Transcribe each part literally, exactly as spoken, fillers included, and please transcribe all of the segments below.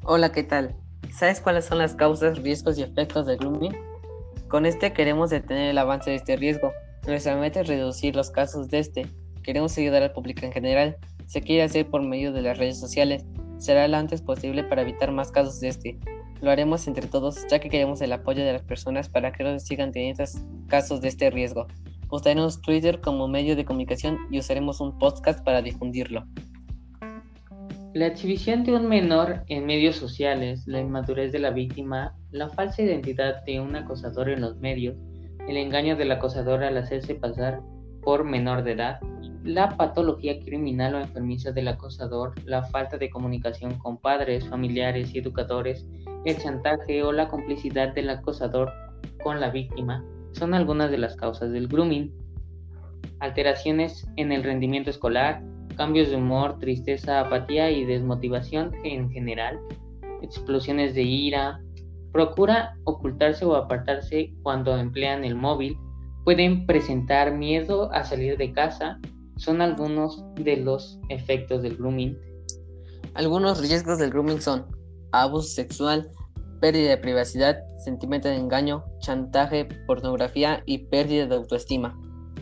Hola, ¿qué tal? ¿Sabes cuáles son las causas, riesgos y efectos del grooming? Con este queremos detener el avance de este riesgo. Nuestra meta es reducir los casos de este. Queremos ayudar al público en general. Se quiere hacer por medio de las redes sociales. Será lo antes posible para evitar más casos de este. Lo haremos entre todos, ya que queremos el apoyo de las personas para que no sigan teniendo casos de este riesgo. Usaremos Twitter como medio de comunicación y usaremos un podcast para difundirlo. La exhibición de un menor en medios sociales, la inmadurez de la víctima, la falsa identidad de un acosador en los medios, el engaño del acosador al hacerse pasar por menor de edad, la patología criminal o enfermiza del acosador, la falta de comunicación con padres, familiares y educadores, el chantaje o la complicidad del acosador con la víctima, son algunas de las causas del grooming. Alteraciones en el rendimiento escolar, cambios de humor, tristeza, apatía y desmotivación en general, explosiones de ira, procura ocultarse o apartarse cuando emplean el móvil, pueden presentar miedo a salir de casa, son algunos de los efectos del grooming. Algunos riesgos del grooming son abuso sexual, pérdida de privacidad, sentimiento de engaño, chantaje, pornografía y pérdida de autoestima.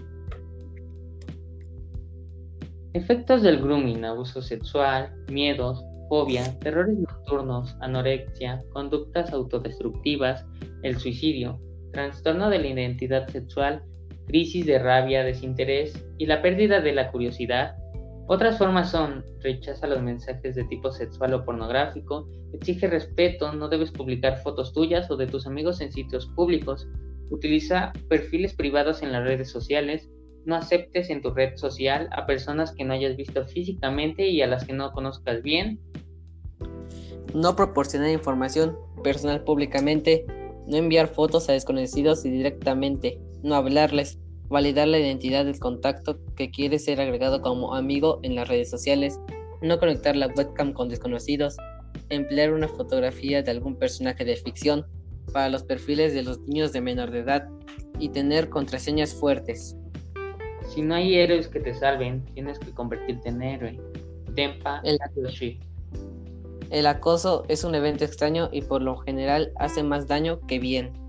Efectos del grooming: abuso sexual, miedos, fobia, terrores nocturnos, anorexia, conductas autodestructivas, el suicidio, trastorno de la identidad sexual, crisis de rabia, desinterés y la pérdida de la curiosidad. Otras formas son: rechaza los mensajes de tipo sexual o pornográfico, exige respeto, no debes publicar fotos tuyas o de tus amigos en sitios públicos, utiliza perfiles privados en las redes sociales, no aceptes en tu red social a personas que no hayas visto físicamente y a las que no conozcas bien. No proporcionar información personal públicamente, no enviar fotos a desconocidos y directamente, no hablarles, validar la identidad del contacto que quiere ser agregado como amigo en las redes sociales, no conectar la webcam con desconocidos, emplear una fotografía de algún personaje de ficción para los perfiles de los niños de menor de edad y tener contraseñas fuertes. Si no hay héroes que te salven, tienes que convertirte en héroe. Tenpa El, Yoshi. el acoso es un evento extraño y por lo general hace más daño que bien.